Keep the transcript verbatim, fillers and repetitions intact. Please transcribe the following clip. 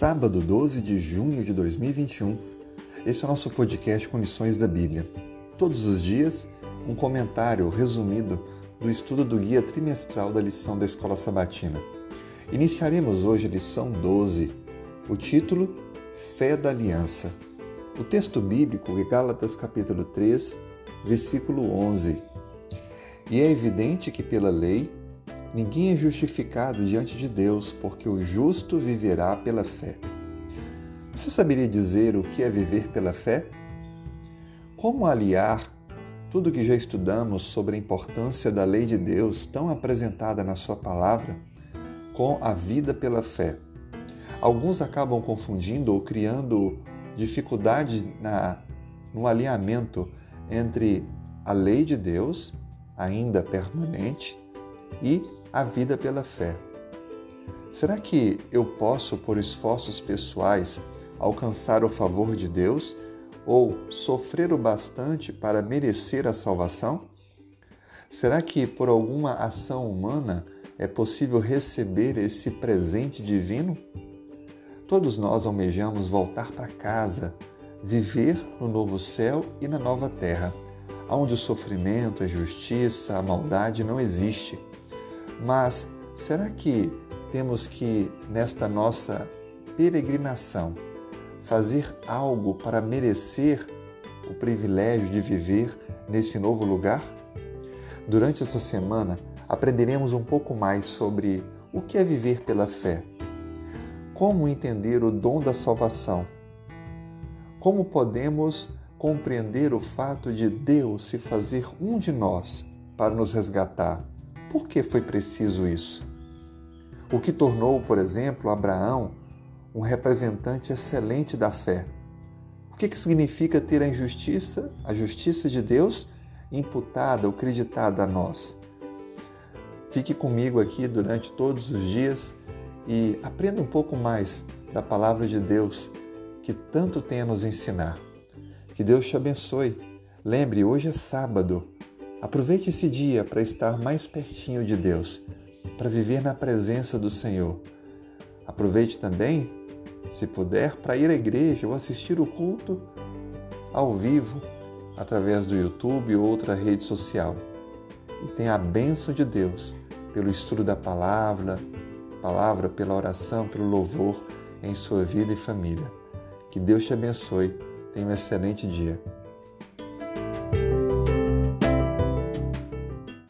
Sábado, doze de junho de dois mil e vinte e um. Esse é o nosso podcast com lições da Bíblia. Todos os dias, um comentário resumido do estudo do guia trimestral da lição da Escola Sabatina. Iniciaremos hoje a lição doze, o título Fé da Aliança. O texto bíblico é Gálatas capítulo três, versículo onze. E é evidente que pela lei, ninguém é justificado diante de Deus, porque o justo viverá pela fé. Você saberia dizer o que é viver pela fé? Como aliar tudo o que já estudamos sobre a importância da lei de Deus, tão apresentada na sua palavra, com a vida pela fé? Alguns acabam confundindo ou criando dificuldade na, no alinhamento entre a lei de Deus, ainda permanente, e a vida pela fé. Será que eu posso, por esforços pessoais, alcançar o favor de Deus ou sofrer o bastante para merecer a salvação? Será que por alguma ação humana é possível receber esse presente divino? Todos nós almejamos voltar para casa, viver no novo céu e na nova terra, onde o sofrimento, a injustiça, a maldade não existe. Mas será que temos que, nesta nossa peregrinação, fazer algo para merecer o privilégio de viver nesse novo lugar? Durante essa semana, aprenderemos um pouco mais sobre o que é viver pela fé, como entender o dom da salvação, como podemos compreender o fato de Deus se fazer um de nós para nos resgatar. Por que foi preciso isso? O que tornou, por exemplo, Abraão um representante excelente da fé? O que significa ter a injustiça, a justiça de Deus imputada ou creditada a nós? Fique comigo aqui durante todos os dias e aprenda um pouco mais da palavra de Deus que tanto tem a nos ensinar. Que Deus te abençoe. Lembre, hoje é sábado. Aproveite esse dia para estar mais pertinho de Deus, para viver na presença do Senhor. Aproveite também, se puder, para ir à igreja ou assistir o culto ao vivo, através do YouTube ou outra rede social. E tenha a bênção de Deus pelo estudo da palavra, palavra pela oração, pelo louvor em sua vida e família. Que Deus te abençoe. Tenha um excelente dia.